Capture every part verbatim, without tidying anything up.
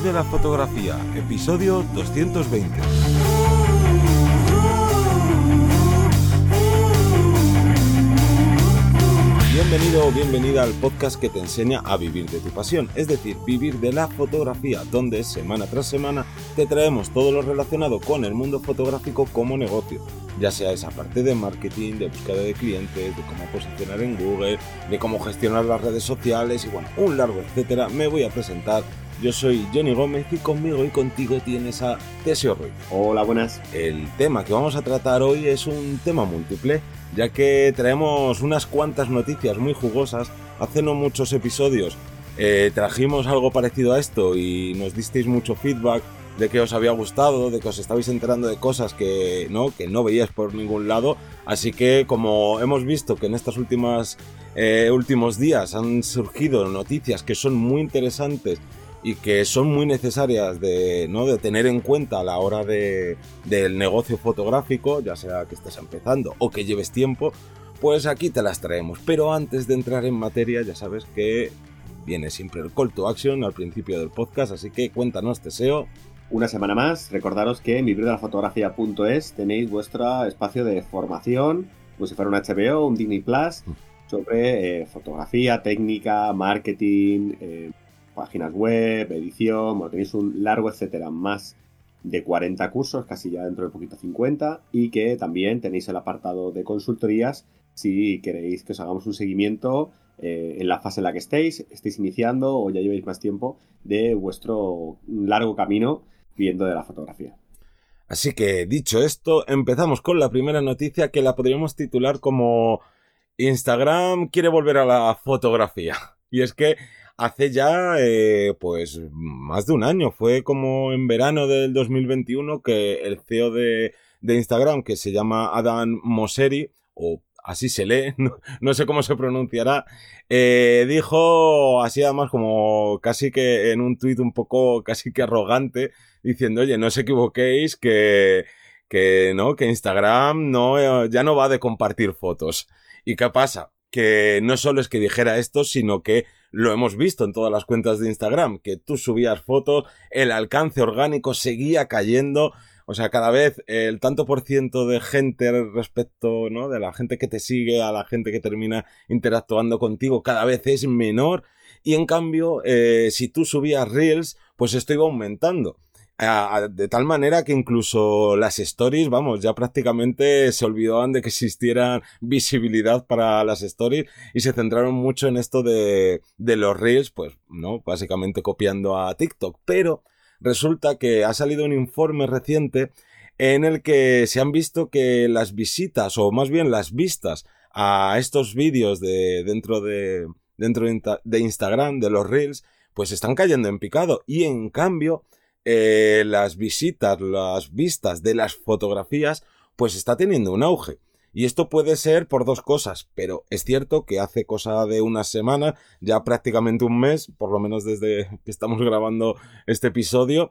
de la fotografía, episodio doscientos veinte. Bienvenido o bienvenida al podcast que te enseña a vivir de tu pasión, es decir, vivir de la fotografía, donde semana tras semana te traemos todo lo relacionado con el mundo fotográfico como negocio, ya sea esa parte de marketing, de búsqueda de clientes, de cómo posicionar en Google, de cómo gestionar las redes sociales y bueno, un largo etcétera. Me voy a presentar. Yo soy Johnny Gómez y conmigo y contigo tienes a Teseo Ruiz. Hola, buenas. El tema que vamos a tratar hoy es un tema múltiple, ya que traemos unas cuantas noticias muy jugosas. Hace no muchos episodios eh, trajimos algo parecido a esto y nos disteis mucho feedback de que os había gustado, de que os estabais enterando de cosas que no, que no veíais por ningún lado. Así que como hemos visto que en estos últimas, eh, últimos días han surgido noticias que son muy interesantes y que son muy necesarias de, ¿no? de tener en cuenta a la hora de, del negocio fotográfico, ya sea que estés empezando o que lleves tiempo, pues aquí te las traemos. Pero antes de entrar en materia, ya sabes que viene siempre el call to action al principio del podcast, así que cuéntanos, Teseo. Una semana más, recordaros que en vivir de la fotografía punto es tenéis vuestro espacio de formación, como si fuera un H B O, un Disney Plus, sobre eh, fotografía, técnica, marketing, eh, páginas web, edición, bueno, tenéis un largo etcétera, más de cuarenta cursos, casi ya dentro de poquito cincuenta, y que también tenéis el apartado de consultorías si queréis que os hagamos un seguimiento eh, en la fase en la que estéis, estéis iniciando o ya llevéis más tiempo de vuestro largo camino viviendo de la fotografía. Así que, dicho esto, empezamos con la primera noticia que la podríamos titular como Instagram quiere volver a la fotografía. Y es que hace ya, eh, pues, más de un año, fue como en verano del dos mil veintiuno que el C E O de, de Instagram, que se llama Adam Mosseri, o así se lee, no, no sé cómo se pronunciará, eh, dijo así además como casi que en un tuit un poco casi que arrogante, diciendo, oye, no os equivoquéis que, que no, que Instagram no, ya no va de compartir fotos. ¿Y qué pasa? Que no solo es que dijera esto, sino que lo hemos visto en todas las cuentas de Instagram, que tú subías fotos, el alcance orgánico seguía cayendo, o sea, cada vez el tanto por ciento de gente respecto, ¿no?, de la gente que te sigue a la gente que termina interactuando contigo cada vez es menor, y en cambio, eh, si tú subías Reels, pues esto iba aumentando. De tal manera que incluso las stories, vamos, ya prácticamente se olvidaban de que existiera visibilidad para las stories y se centraron mucho en esto de, de los reels, pues, ¿no? Básicamente copiando a TikTok. Pero resulta que ha salido un informe reciente en el que se han visto que las visitas, o más bien las vistas a estos vídeos de, dentro de, dentro de Instagram, de los reels, pues están cayendo en picado. Y en cambio, Eh, las visitas, las vistas de las fotografías, pues está teniendo un auge. Y esto puede ser por dos cosas, pero es cierto que hace cosa de unas semanas, ya prácticamente un mes, por lo menos desde que estamos grabando este episodio,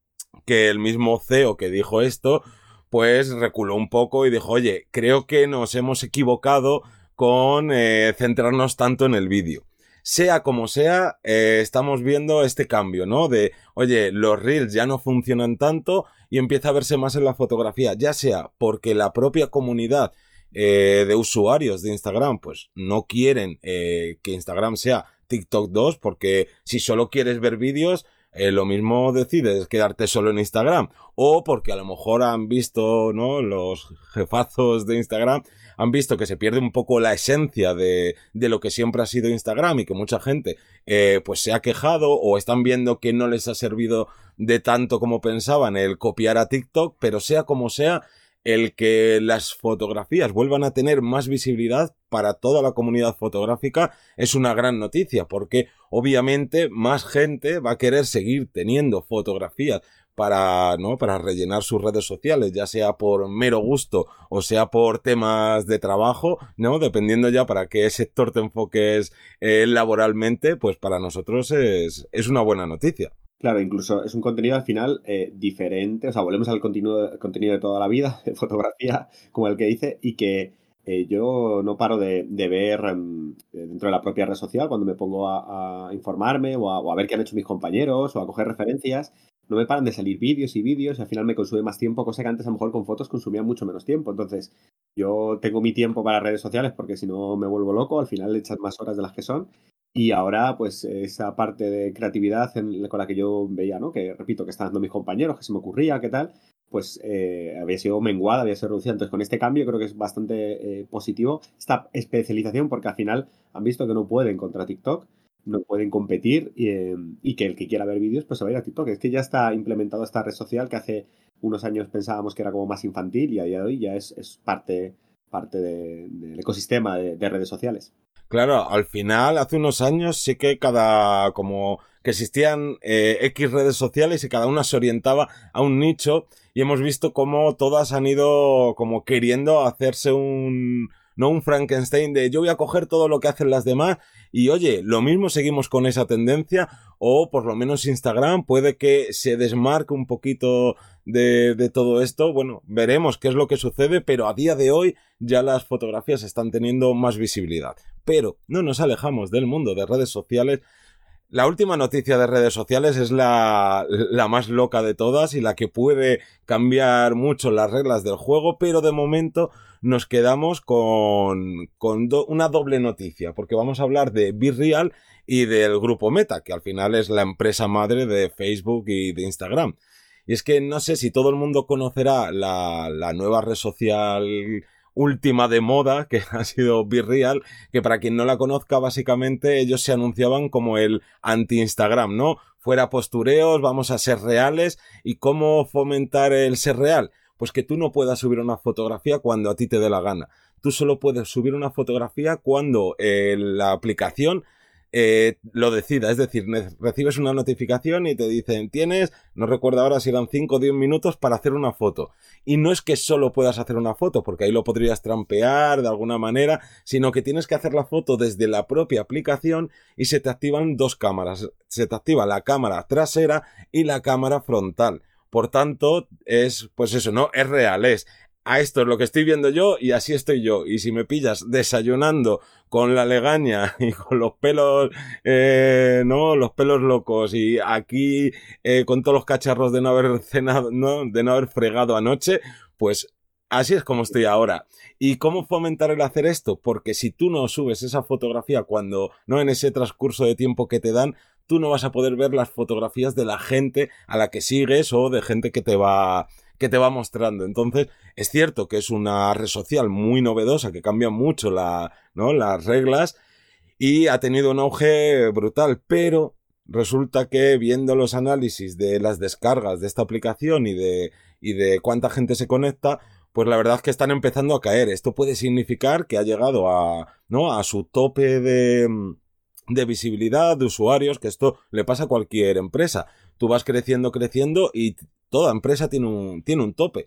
que el mismo C E O que dijo esto, pues reculó un poco y dijo, oye, creo que nos hemos equivocado con eh, centrarnos tanto en el vídeo. Sea como sea, eh, estamos viendo este cambio, ¿no? De, oye, los Reels ya no funcionan tanto y empieza a verse más en la fotografía, ya sea porque la propia comunidad eh, de usuarios de Instagram, pues no quieren eh, que Instagram sea TikTok dos, porque si solo quieres ver vídeos, eh, lo mismo decides quedarte solo en Instagram, o porque a lo mejor han visto, ¿no?, los jefazos de Instagram han visto que se pierde un poco la esencia de, de lo que siempre ha sido Instagram y que mucha gente eh, pues se ha quejado o están viendo que no les ha servido de tanto como pensaban el copiar a TikTok, pero sea como sea, el que las fotografías vuelvan a tener más visibilidad para toda la comunidad fotográfica es una gran noticia, porque obviamente más gente va a querer seguir teniendo fotografías para, ¿no?, para rellenar sus redes sociales, ya sea por mero gusto o sea por temas de trabajo, ¿no? Dependiendo ya para qué sector te enfoques eh, laboralmente, pues para nosotros es, es una buena noticia. Claro, incluso es un contenido al final eh, diferente, o sea, volvemos al contenido, contenido de toda la vida, de fotografía, como el que dice, y que eh, yo no paro de, de ver um, dentro de la propia red social, cuando me pongo a, a informarme o a, o a ver qué han hecho mis compañeros o a coger referencias, no me paran de salir vídeos y vídeos y al final me consume más tiempo, cosa que antes a lo mejor con fotos consumía mucho menos tiempo. Entonces, yo tengo mi tiempo para redes sociales porque si no me vuelvo loco, al final le echas más horas de las que son. Y ahora, pues, esa parte de creatividad en- con la que yo veía, ¿no? Que repito, que están dando mis compañeros, que se me ocurría, qué tal, pues eh, había sido menguada, había sido reducida. Entonces, con este cambio creo que es bastante eh, positivo esta especialización, porque al final han visto que no pueden contra TikTok, no pueden competir y, eh, y que el que quiera ver vídeos, pues se va a ir a TikTok. Es que ya está implementado esta red social que hace unos años pensábamos que era como más infantil y a día de hoy ya es, es parte, parte de- del ecosistema de de redes sociales. Claro, al final, hace unos años sí que cada, como que existían eh, X redes sociales y cada una se orientaba a un nicho y hemos visto cómo todas han ido como queriendo hacerse un, no un Frankenstein de yo voy a coger todo lo que hacen las demás y oye, lo mismo seguimos con esa tendencia o por lo menos Instagram puede que se desmarque un poquito de, de todo esto. Bueno, veremos qué es lo que sucede, pero a día de hoy ya las fotografías están teniendo más visibilidad. Pero no nos alejamos del mundo de redes sociales. La última noticia de redes sociales es la, la más loca de todas y la que puede cambiar mucho las reglas del juego, pero de momento nos quedamos con, con do, una doble noticia, porque vamos a hablar de BeReal y del grupo Meta, que al final es la empresa madre de Facebook y de Instagram. Y es que no sé si todo el mundo conocerá la, la nueva red social última de moda, que ha sido BeReal, que para quien no la conozca, básicamente ellos se anunciaban como el anti-Instagram, ¿no? Fuera postureos, vamos a ser reales. ¿Y cómo fomentar el ser real? Pues que tú no puedas subir una fotografía cuando a ti te dé la gana. Tú solo puedes subir una fotografía cuando eh, la aplicación eh, lo decida. Es decir, recibes una notificación y te dicen, tienes, no recuerdo ahora si eran cinco o diez minutos para hacer una foto. Y no es que solo puedas hacer una foto, porque ahí lo podrías trampear de alguna manera, sino que tienes que hacer la foto desde la propia aplicación y se te activan dos cámaras. Se te activa la cámara trasera y la cámara frontal. Por tanto, es, pues eso, ¿no? Es real, es a esto es lo que estoy viendo yo y así estoy yo. Y si me pillas desayunando con la legaña y con los pelos, eh, ¿no? Los pelos locos y aquí eh, con todos los cacharros de no haber cenado, ¿no? De no haber fregado anoche, pues así es como estoy ahora. ¿Y cómo fomentar el hacer esto? Porque si tú no subes esa fotografía cuando, ¿no? En ese transcurso de tiempo que te dan, tú no vas a poder ver las fotografías de la gente a la que sigues o de gente que te va que te va mostrando. Entonces, es cierto que es una red social muy novedosa, que cambia mucho la, ¿no? las reglas y ha tenido un auge brutal, pero resulta que viendo los análisis de las descargas de esta aplicación y de, y de cuánta gente se conecta, pues la verdad es que están empezando a caer. Esto puede significar que ha llegado a, ¿no? a su tope de, de visibilidad, de usuarios, que esto le pasa a cualquier empresa. Tú vas creciendo, creciendo y toda empresa tiene un, tiene un tope.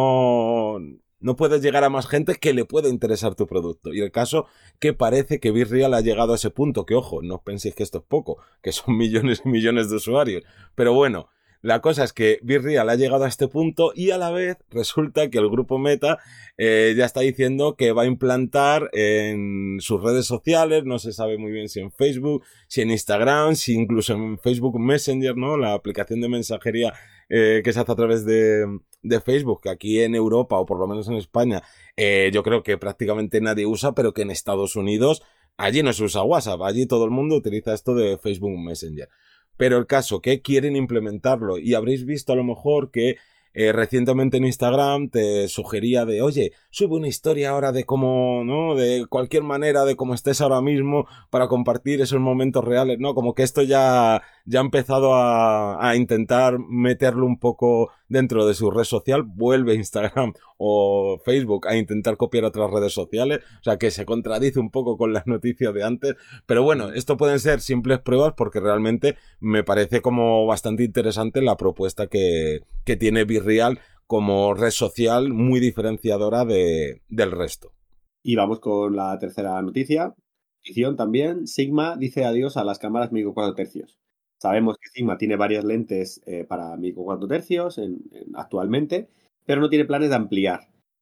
No, no puedes llegar a más gente que le pueda interesar tu producto. Y el caso que parece que BeReal ha llegado a ese punto, que ojo, no penséis que esto es poco, que son millones y millones de usuarios. Pero bueno, la cosa es que BeReal ha llegado a este punto y a la vez resulta que el grupo Meta eh, ya está diciendo que va a implantar en sus redes sociales, no se sabe muy bien si en Facebook, si en Instagram, si incluso en Facebook Messenger, ¿no? La aplicación de mensajería eh, que se hace a través de, de Facebook, que aquí en Europa o por lo menos en España eh, yo creo que prácticamente nadie usa, pero que en Estados Unidos allí no se usa WhatsApp, allí todo el mundo utiliza esto de Facebook Messenger. Pero el caso que quieren implementarlo y habréis visto a lo mejor que eh, recientemente en Instagram te sugería de, oye, sube una historia ahora de cómo, ¿no? De cualquier manera, de cómo estés ahora mismo para compartir esos momentos reales, ¿no? Como que esto ya, ya ha empezado a, a intentar meterlo un poco dentro de su red social, vuelve Instagram o Facebook a intentar copiar otras redes sociales, o sea que se contradice un poco con las noticias de antes, pero bueno, esto pueden ser simples pruebas porque realmente me parece como bastante interesante la propuesta que, que tiene BeReal como red social muy diferenciadora de, del resto. Y vamos con la tercera noticia. Edición también. Sigma dice adiós a las cámaras micro cuatro tercios. Sabemos que Sigma tiene varias lentes eh, para micro cuatro tercios en, en, actualmente, pero no tiene planes de ampliar.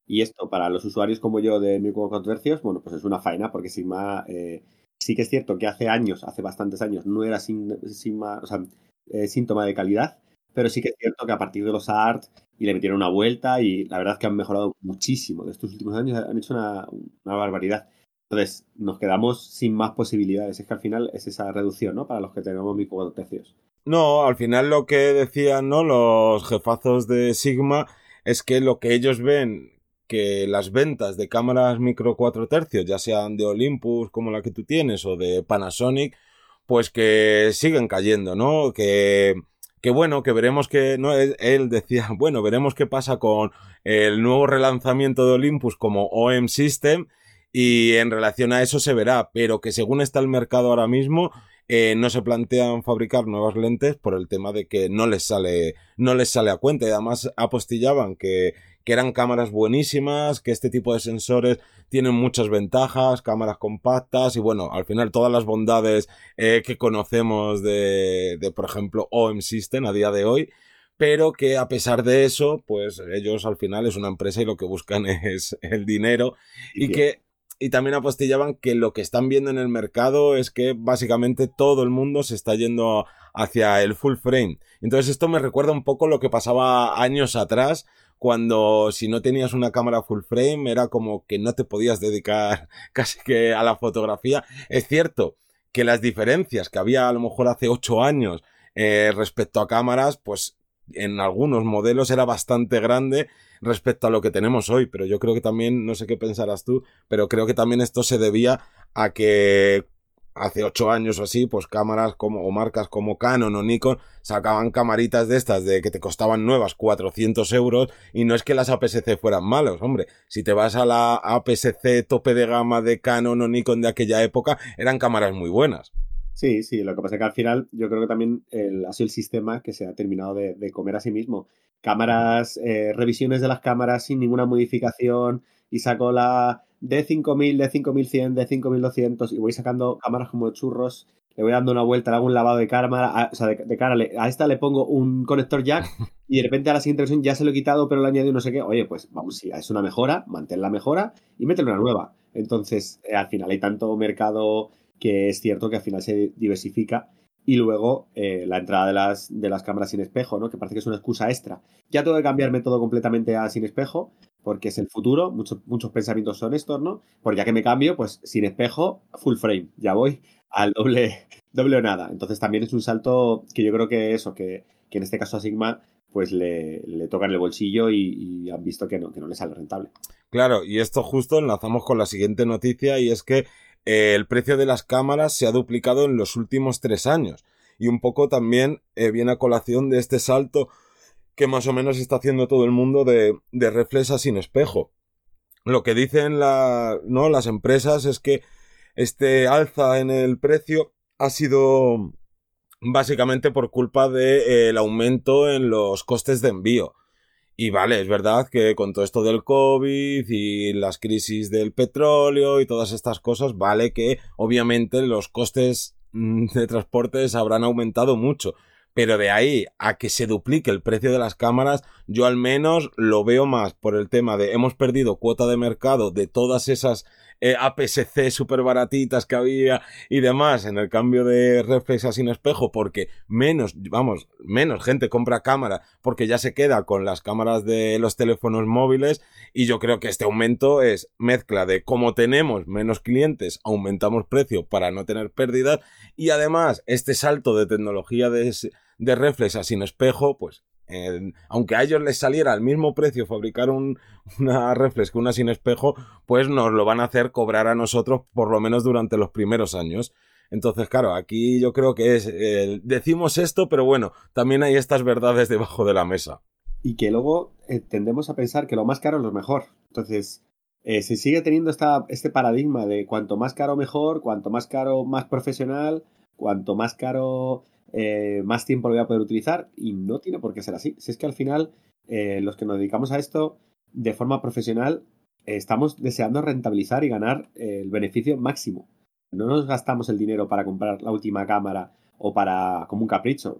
Y esto para los usuarios como yo de mil cuatrocientos hercios, bueno, pues es una faena porque Sigma eh, sí que es cierto que hace años, hace bastantes años, no era sin, Sigma, o sea, eh, síntoma de calidad, pero sí que es cierto que a partir de los A R T y le metieron una vuelta y la verdad es que han mejorado muchísimo. De estos últimos años han hecho una, una barbaridad. Entonces, nos quedamos sin más posibilidades. Es que al final es esa reducción, ¿no? Para los que tenemos mil cuatrocientos hercios. No, al final lo que decían, ¿no? Los jefazos de Sigma es que lo que ellos ven, que las ventas de cámaras micro cuatro tercios, ya sean de Olympus como la que tú tienes o de Panasonic, pues que siguen cayendo, ¿no? Que, que bueno, que veremos que, ¿no? Él, él decía, bueno, veremos qué pasa con el nuevo relanzamiento de Olympus como O M System y en relación a eso se verá, pero que según está el mercado ahora mismo, eh, no se plantean fabricar nuevas lentes por el tema de que no les sale, no les sale a cuenta y además apostillaban que, que eran cámaras buenísimas, que este tipo de sensores tienen muchas ventajas, cámaras compactas y bueno, al final todas las bondades eh, que conocemos de, de, por ejemplo, O M System a día de hoy, pero que a pesar de eso, pues ellos al final es una empresa y lo que buscan es el dinero y que y también apostillaban que lo que están viendo en el mercado es que básicamente todo el mundo se está yendo hacia el full frame. Entonces esto me recuerda un poco lo que pasaba años atrás, cuando si no tenías una cámara full frame era como que no te podías dedicar casi que a la fotografía. Es cierto que las diferencias que había a lo mejor hace ocho años eh, respecto a cámaras, pues en algunos modelos era bastante grande respecto a lo que tenemos hoy, pero yo creo que también, no sé qué pensarás tú, pero creo que también esto se debía a que hace ocho años o así, pues cámaras como, o marcas como Canon o Nikon sacaban camaritas de estas de que te costaban nuevas cuatrocientos euros y no es que las A P S C fueran malos, hombre, si te vas a la A P S C tope de gama de Canon o Nikon de aquella época, eran cámaras muy buenas. Sí, sí, lo que pasa es que al final yo creo que también el, ha sido el sistema que se ha terminado de, de comer a sí mismo. Cámaras, eh, revisiones de las cámaras sin ninguna modificación y saco la D cinco mil, D cinco mil cien, D cinco mil doscientos y voy sacando cámaras como churros, le voy dando una vuelta, le hago un lavado de cámara, a, o sea, de, de cara, le, a esta le pongo un conector jack y de repente a la siguiente versión ya se lo he quitado pero le he añadido no sé qué. Oye, pues vamos, si es una mejora, mantén la mejora y métele una nueva. Entonces, eh, al final hay tanto mercado que es cierto que al final se diversifica y luego eh, la entrada de las, de las cámaras sin espejo, ¿no? Que parece que es una excusa extra. Ya tengo que cambiarme todo completamente a sin espejo porque es el futuro, muchos, muchos pensamientos son estos, ¿no? Pues ya que me cambio, pues sin espejo, full frame, ya voy al doble, doble o nada. Entonces también es un salto que yo creo que eso, que, que en este caso a Sigma pues le, le toca en el bolsillo y, y han visto que no, que no le sale rentable. Claro, y esto justo enlazamos con la siguiente noticia y es que eh, el precio de las cámaras se ha duplicado en los últimos tres años y un poco también eh, viene a colación de este salto que más o menos está haciendo todo el mundo de, de reflex a sin espejo. Lo que dicen la, ¿no? las empresas es que este alza en el precio ha sido básicamente por culpa del de, eh, aumento en los costes de envío. Y vale, es verdad que con todo esto del COVID y las crisis del petróleo y todas estas cosas, vale que obviamente los costes de transportes habrán aumentado mucho. Pero de ahí a que se duplique el precio de las cámaras, yo al menos lo veo más por el tema de hemos perdido cuota de mercado de todas esas eh, A P S C súper baratitas que había y demás en el cambio de reflex a sin espejo porque menos, vamos, menos gente compra cámara porque ya se queda con las cámaras de los teléfonos móviles y yo creo que este aumento es mezcla de como tenemos menos clientes, aumentamos precio para no tener pérdidas y además este salto de tecnología de de reflex a sin espejo, pues eh, aunque a ellos les saliera al mismo precio fabricar un, una reflex que una sin espejo, pues nos lo van a hacer cobrar a nosotros por lo menos durante los primeros años. Entonces, claro, aquí yo creo que es eh, decimos esto, pero bueno, también hay estas verdades debajo de la mesa. Y que luego eh, tendemos a pensar que lo más caro es lo mejor. Entonces, eh, se sigue teniendo esta, este paradigma de cuanto más caro mejor, cuanto más caro más profesional, cuanto más caro eh, más tiempo lo voy a poder utilizar y no tiene por qué ser así. Si es que al final eh, los que nos dedicamos a esto de forma profesional eh, estamos deseando rentabilizar y ganar eh, el beneficio máximo. No nos gastamos el dinero para comprar la última cámara o para como un capricho.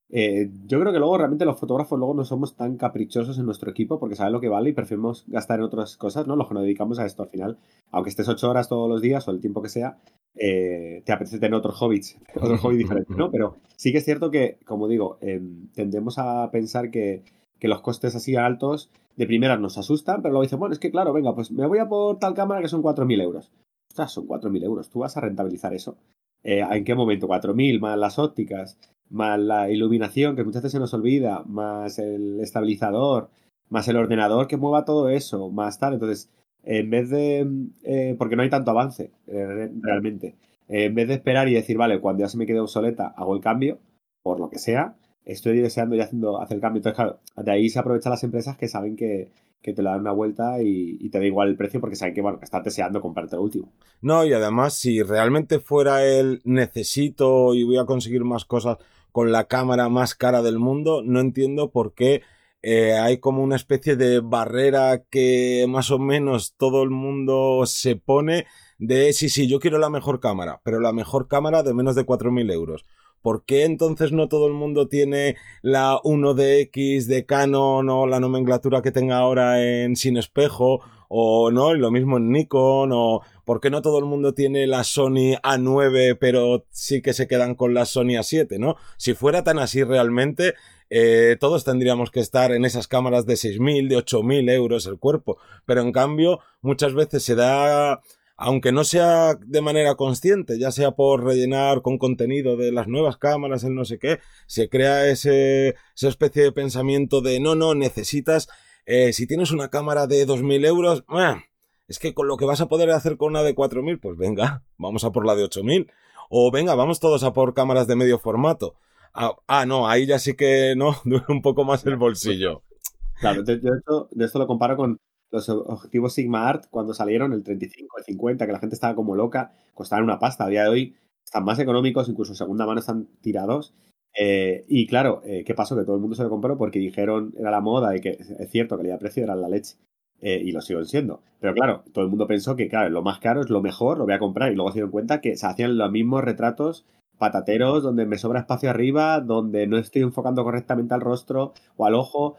Eh, yo creo que luego realmente los fotógrafos luego no somos tan caprichosos en nuestro equipo porque saben lo que vale y preferimos gastar en otras cosas, ¿no? Los que nos dedicamos a esto al final. Aunque estés ocho horas todos los días o el tiempo que sea, eh, te apetece tener otros hobbies, otro hobby diferente, ¿no? Pero sí que es cierto que, como digo, eh, tendemos a pensar que, que los costes así altos de primera nos asustan, pero luego dicen, bueno, es que claro, venga, pues me voy a por tal cámara que son cuatro mil euros. Ostras, son cuatro mil euros. ¿Tú vas a rentabilizar eso? Eh, ¿En qué momento? Cuatro mil más las ópticas, más la iluminación, que muchas veces se nos olvida, más el estabilizador, más el ordenador que mueva todo eso, más tal. Entonces, en vez de... Eh, porque no hay tanto avance, eh, realmente. Eh, en vez de esperar y decir, vale, cuando ya se me quede obsoleta, hago el cambio, por lo que sea, estoy deseando y haciendo hacer el cambio. Entonces, claro, de ahí se aprovechan las empresas que saben que, que te lo dan una vuelta y, y te da igual el precio porque saben que, bueno, que estás deseando comprarte lo último. No, y además, si realmente fuera el necesito y voy a conseguir más cosas con la cámara más cara del mundo, no entiendo por qué eh, hay como una especie de barrera que más o menos todo el mundo se pone de sí, sí, yo quiero la mejor cámara, pero la mejor cámara de menos de cuatro mil euros. ¿Por qué entonces no todo el mundo tiene la uno D X de Canon o la nomenclatura que tenga ahora en sin espejo? O no, y lo mismo en Nikon, o ¿por qué no todo el mundo tiene la Sony A nueve pero sí que se quedan con la Sony A siete, ¿no? Si fuera tan así realmente, eh, todos tendríamos que estar en esas cámaras de seis mil, de ocho mil euros el cuerpo, pero en cambio muchas veces se da... Aunque no sea de manera consciente, ya sea por rellenar con contenido de las nuevas cámaras, el no sé qué, se crea ese, esa especie de pensamiento de no, no, necesitas, eh, si tienes una cámara de dos mil euros, eh, es que con lo que vas a poder hacer con una de cuatro mil, pues venga, vamos a por la de ocho mil. O venga, vamos todos a por cámaras de medio formato. Ah, ah no, ahí ya sí que no, duele un poco más el bolsillo. Claro, de, de, esto, de esto lo comparo con los objetivos Sigma Art cuando salieron, el treinta y cinco, el cincuenta, que la gente estaba como loca, costaban una pasta. A día de hoy están más económicos, incluso segunda mano están tirados. Eh, y claro, eh, ¿qué pasó? Que todo el mundo se lo compró porque dijeron, era la moda y que es cierto, calidad-precio era la leche. Eh, y lo siguen siendo. Pero claro, todo el mundo pensó que, claro, lo más caro es lo mejor, lo voy a comprar. Y luego se dieron cuenta que se hacían los mismos retratos patateros, donde me sobra espacio arriba, donde no estoy enfocando correctamente al rostro o al ojo,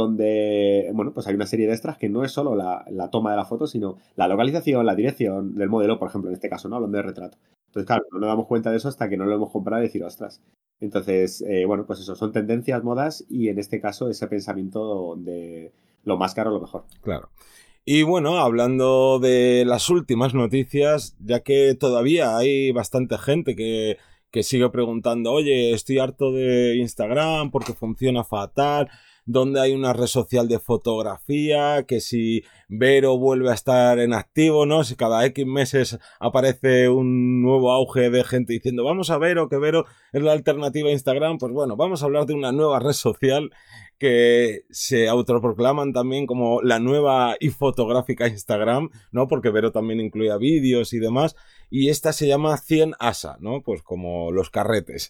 donde, bueno, pues hay una serie de extras que no es solo la, la toma de la foto, sino la localización, la dirección del modelo, por ejemplo, en este caso, ¿no? Hablando de retrato. Entonces, claro, no nos damos cuenta de eso hasta que no lo hemos comprado y decir, ostras. Entonces, eh, bueno, pues eso, son tendencias, modas y en este caso ese pensamiento de lo más caro, lo mejor. Claro. Y bueno, hablando de las últimas noticias, ya que todavía hay bastante gente que, que sigue preguntando, oye, estoy harto de Instagram porque funciona fatal, ¿dónde hay una red social de fotografía? Que si Vero vuelve a estar en activo, ¿no? Si cada X meses aparece un nuevo auge de gente diciendo, vamos a Vero, que Vero es la alternativa a Instagram, pues bueno, vamos a hablar de una nueva red social que se autoproclaman también como la nueva y fotográfica Instagram, ¿no? Porque Vero también incluía vídeos y demás, y esta se llama cien A S A, ¿no? Pues como los carretes.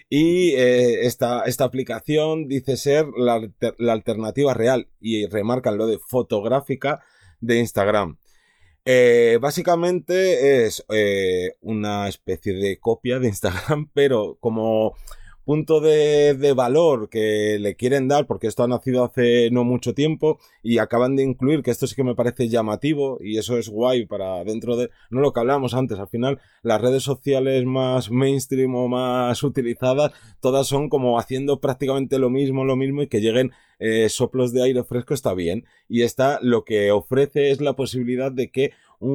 Y eh, esta, esta aplicación dice ser la, la alternativa real, y remarcan lo de fotográfica de Instagram. Eh, básicamente es eh, una especie de copia de Instagram, pero como punto de, de valor que le quieren dar, porque esto ha nacido hace no mucho tiempo y acaban de incluir, que esto sí que me parece llamativo y eso es guay para dentro de, no lo que hablábamos antes, al final las redes sociales más mainstream o más utilizadas, todas son como haciendo prácticamente lo mismo, lo mismo y que lleguen eh, soplos de aire fresco está bien, y esta lo que ofrece es la posibilidad de que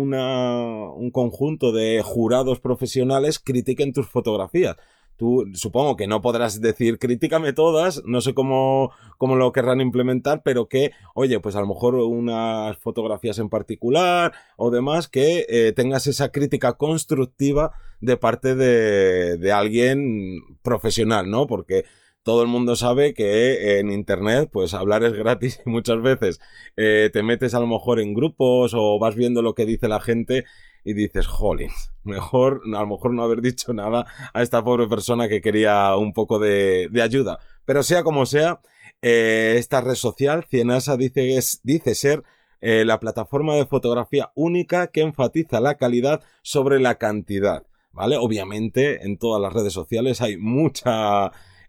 una, un conjunto de jurados profesionales critiquen tus fotografías. Tú supongo que no podrás decir críticame todas, no sé cómo, cómo lo querrán implementar, pero que, oye, pues a lo mejor unas fotografías en particular o demás, que eh, tengas esa crítica constructiva de parte de, de alguien profesional, ¿no? Porque todo el mundo sabe que en internet pues hablar es gratis y muchas veces eh, te metes a lo mejor en grupos o vas viendo lo que dice la gente y dices, jolín, mejor, a lo mejor no haber dicho nada a esta pobre persona que quería un poco de, de ayuda. Pero sea como sea, eh, esta red social, cien A S A, dice, es, dice ser eh, la plataforma de fotografía única que enfatiza la calidad sobre la cantidad, ¿vale? Obviamente, en todas las redes sociales hay mucha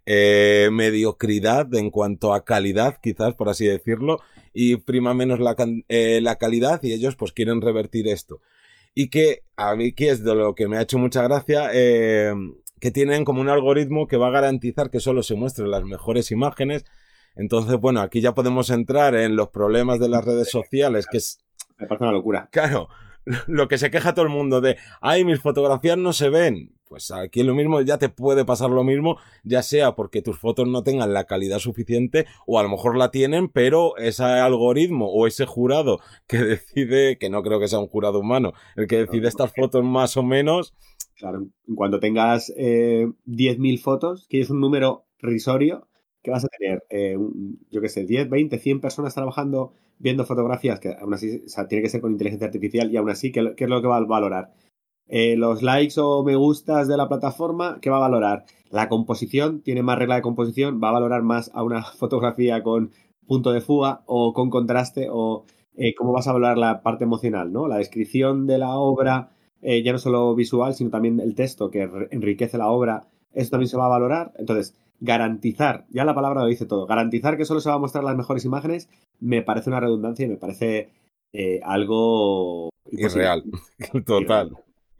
eh, mediocridad en cuanto a calidad, quizás, por así decirlo, y prima menos la, eh, la calidad, y ellos pues quieren revertir esto. Y que a mí, que es de lo que me ha hecho mucha gracia, eh, que tienen como un algoritmo que va a garantizar que solo se muestren las mejores imágenes. Entonces, bueno, aquí ya podemos entrar en los problemas de las redes sociales, que es... Me parece una locura. Claro, lo que se queja todo el mundo de, ay, mis fotografías no se ven. Pues aquí lo mismo, ya te puede pasar lo mismo, ya sea porque tus fotos no tengan la calidad suficiente, o a lo mejor la tienen, pero ese algoritmo o ese jurado que decide, que no creo que sea un jurado humano, el que decide no, estas fotos más o menos... Claro, cuando tengas eh, diez mil fotos, que es un número risorio, que vas a tener, eh, un, yo qué sé, diez, veinte, cien personas trabajando viendo fotografías, que aún así, o sea, tiene que ser con inteligencia artificial, y aún así, ¿qué, qué es lo que va a valorar? Eh, los likes o me gustas de la plataforma, ¿qué va a valorar? La composición, tiene más regla de composición, va a valorar más a una fotografía con punto de fuga o con contraste, o eh, cómo vas a valorar la parte emocional, ¿no? La descripción de la obra, eh, ya no solo visual, sino también el texto que enriquece la obra, eso también se va a valorar. Entonces, garantizar, ya la palabra lo dice todo, garantizar que solo se va a mostrar las mejores imágenes, me parece una redundancia y me parece eh, algo imposible. Irreal, total.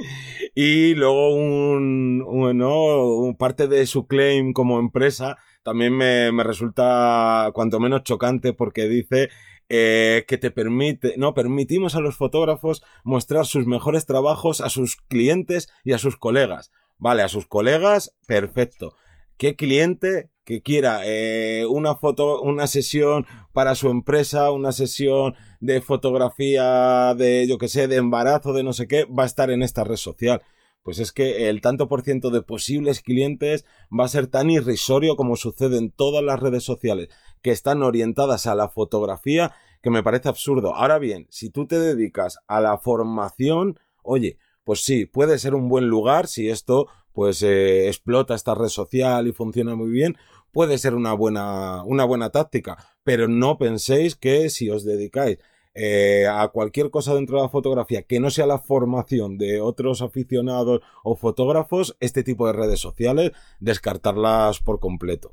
Y luego un, un, ¿no? un parte de su claim como empresa también me, me resulta cuanto menos chocante, porque dice eh, que te permite, no, permitimos a los fotógrafos mostrar sus mejores trabajos a sus clientes y a sus colegas. Vale, a sus colegas, perfecto. ¿Qué cliente que quiera eh, una foto, una sesión para su empresa, una sesión de fotografía de, yo que sé, de embarazo, de no sé qué, va a estar en esta red social? Pues es que el tanto por ciento de posibles clientes va a ser tan irrisorio como sucede en todas las redes sociales que están orientadas a la fotografía, que me parece absurdo. Ahora bien, si tú te dedicas a la formación, oye, pues sí, puede ser un buen lugar si esto pues eh, explota esta red social y funciona muy bien, puede ser una buena, una buena táctica, pero no penséis que si os dedicáis eh, a cualquier cosa dentro de la fotografía que no sea la formación de otros aficionados o fotógrafos, este tipo de redes sociales, descartarlas por completo.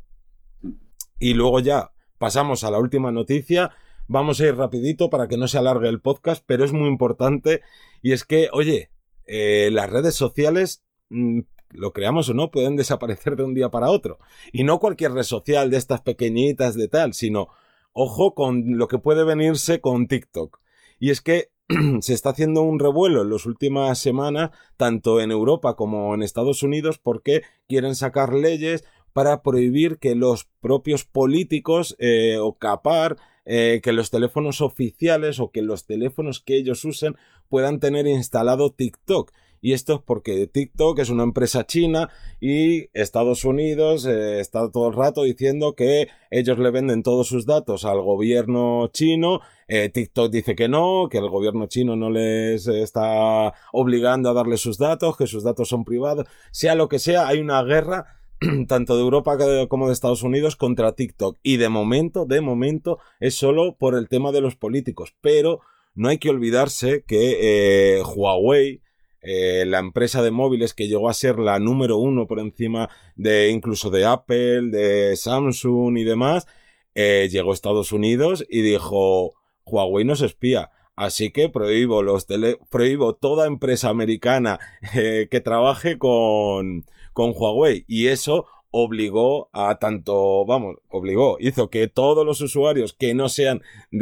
Y luego ya pasamos a la última noticia. Vamos a ir rapidito para que no se alargue el podcast, pero es muy importante, y es que, oye, eh, las redes sociales... Mmm, lo creamos o no, pueden desaparecer de un día para otro. Y no cualquier red social de estas pequeñitas de tal, sino, ojo con lo que puede venirse con TikTok. Y es que se está haciendo un revuelo en las últimas semanas, tanto en Europa como en Estados Unidos, porque quieren sacar leyes para prohibir que los propios políticos eh, o capar eh, que los teléfonos oficiales o que los teléfonos que ellos usen puedan tener instalado TikTok. Y esto es porque TikTok es una empresa china y Estados Unidos eh, está todo el rato diciendo que ellos le venden todos sus datos al gobierno chino. Eh, TikTok dice que no, que el gobierno chino no les está obligando a darle sus datos, que sus datos son privados. Sea lo que sea, hay una guerra tanto de Europa como de Estados Unidos contra TikTok. Y de momento, de momento, es solo por el tema de los políticos. Pero no hay que olvidarse que eh, Huawei... Eh, la empresa de móviles que llegó a ser la número uno por encima de incluso de Apple, de Samsung y demás, eh, llegó a Estados Unidos y dijo, Huawei nos espía, así que prohíbo los tele, prohíbo toda empresa americana eh, que trabaje con, con Huawei. Y eso obligó a tanto, vamos, obligó, hizo que todos los usuarios que no sean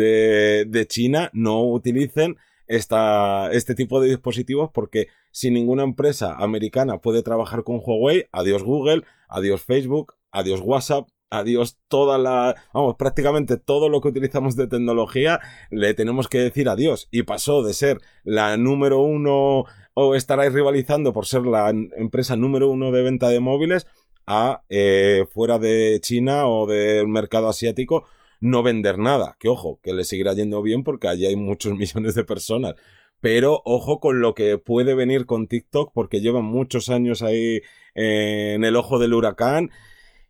de, de China no utilicen Esta, este tipo de dispositivos, porque si ninguna empresa americana puede trabajar con Huawei, adiós Google, adiós Facebook, adiós WhatsApp, adiós toda la... Vamos, prácticamente todo lo que utilizamos de tecnología le tenemos que decir adiós. Y pasó de ser la número uno o estar ahí rivalizando por ser la empresa número uno de venta de móviles a eh, fuera de China o del mercado asiático no vender nada, que ojo, que le seguirá yendo bien porque allí hay muchos millones de personas, pero ojo con lo que puede venir con TikTok porque llevan muchos años ahí eh, en el ojo del huracán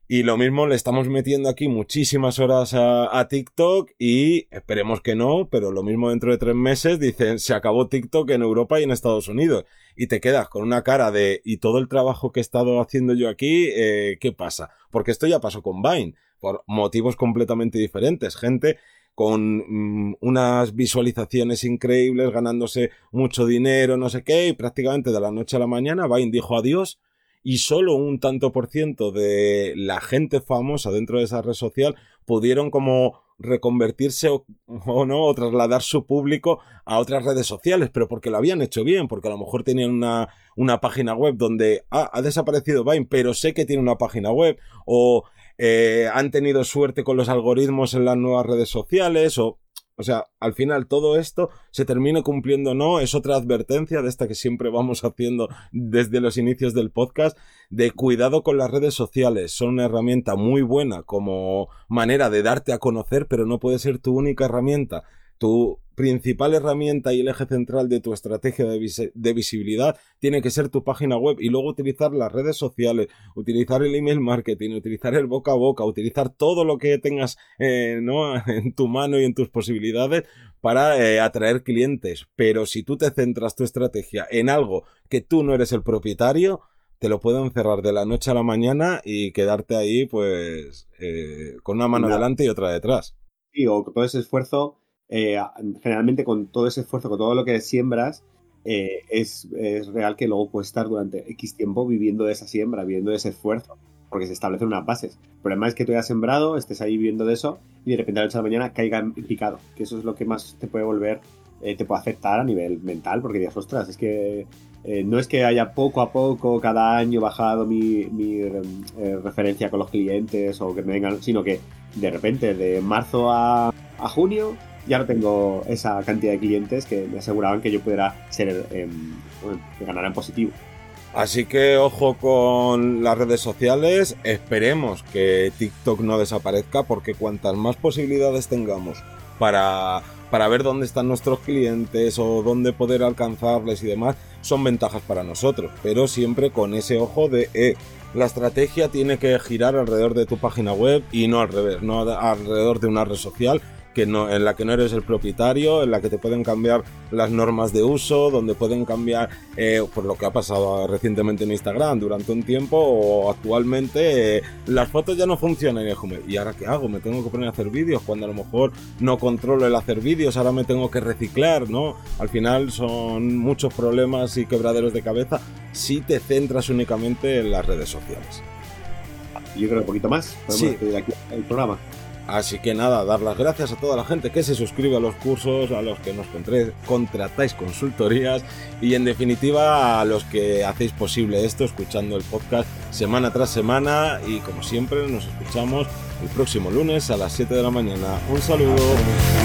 Y lo mismo le estamos metiendo aquí muchísimas horas a, a TikTok y esperemos que no, pero lo mismo dentro de tres meses dicen se acabó TikTok en Europa y en Estados Unidos. Y te quedas con una cara de ¿y todo el trabajo que he estado haciendo yo aquí, eh, qué pasa? Porque esto ya pasó con Vine, por motivos completamente diferentes. Gente con mmm, unas visualizaciones increíbles, ganándose mucho dinero, no sé qué, y prácticamente de la noche a la mañana Vine dijo adiós. Y solo un tanto por ciento de la gente famosa dentro de esa red social pudieron como reconvertirse o, o no, o trasladar su público a otras redes sociales, pero porque lo habían hecho bien, porque a lo mejor tenían una, una página web donde ah, ha desaparecido Vine, pero sé que tiene una página web, o eh, han tenido suerte con los algoritmos en las nuevas redes sociales, o... O sea, al final todo esto se termine cumpliendo o no, es otra advertencia de esta que siempre vamos haciendo desde los inicios del podcast, de cuidado con las redes sociales. Son una herramienta muy buena como manera de darte a conocer, pero no puede ser tu única herramienta. Tu principal herramienta y el eje central de tu estrategia de, vis- de visibilidad tiene que ser tu página web y luego utilizar las redes sociales, utilizar el email marketing, utilizar el boca a boca, utilizar todo lo que tengas eh, ¿no? en tu mano y en tus posibilidades para eh, atraer clientes. Pero si tú te centras tu estrategia en algo que tú no eres el propietario, te lo pueden cerrar de la noche a la mañana y quedarte ahí pues eh, con una mano delante y otra detrás. Sí, o todo ese esfuerzo... Eh, generalmente con todo ese esfuerzo, con todo lo que siembras, eh, es, es real que luego puedes estar durante X tiempo viviendo de esa siembra, viviendo de ese esfuerzo, porque se establecen unas bases. El problema es que tú hayas sembrado, estés ahí viviendo de eso y de repente a la noche a la mañana caiga en picado, que eso es lo que más te puede volver, eh, te puede afectar a nivel mental, porque dices, ostras, es que eh, no es que haya poco a poco cada año bajado mi, mi eh, referencia con los clientes o que me vengan, sino que de repente de marzo a, a junio ya no tengo esa cantidad de clientes que me aseguraban que yo pudiera ser, eh, que ganara en positivo. Así que ojo con las redes sociales, esperemos que TikTok no desaparezca, porque cuantas más posibilidades tengamos para, para ver dónde están nuestros clientes o dónde poder alcanzarles y demás, son ventajas para nosotros, pero siempre con ese ojo de eh, la estrategia tiene que girar alrededor de tu página web y no al revés, no alrededor de una red social que no, en la que no eres el propietario, en la que te pueden cambiar las normas de uso, donde pueden cambiar eh, por lo que ha pasado recientemente en Instagram durante un tiempo, o actualmente eh, las fotos ya no funcionan y, ¿y ahora qué hago? ¿Me tengo que poner a hacer vídeos cuando a lo mejor no controlo el hacer vídeos? Ahora me tengo que reciclar, ¿no? Al final son muchos problemas y quebraderos de cabeza si te centras únicamente en las redes sociales. Yo creo un poquito más, podemos sí. despedir aquí el programa. Así que nada, dar las gracias a toda la gente que se suscribe a los cursos, a los que nos contratáis consultorías y en definitiva a los que hacéis posible esto escuchando el podcast semana tras semana, y como siempre nos escuchamos el próximo lunes a las siete de la mañana. Un saludo.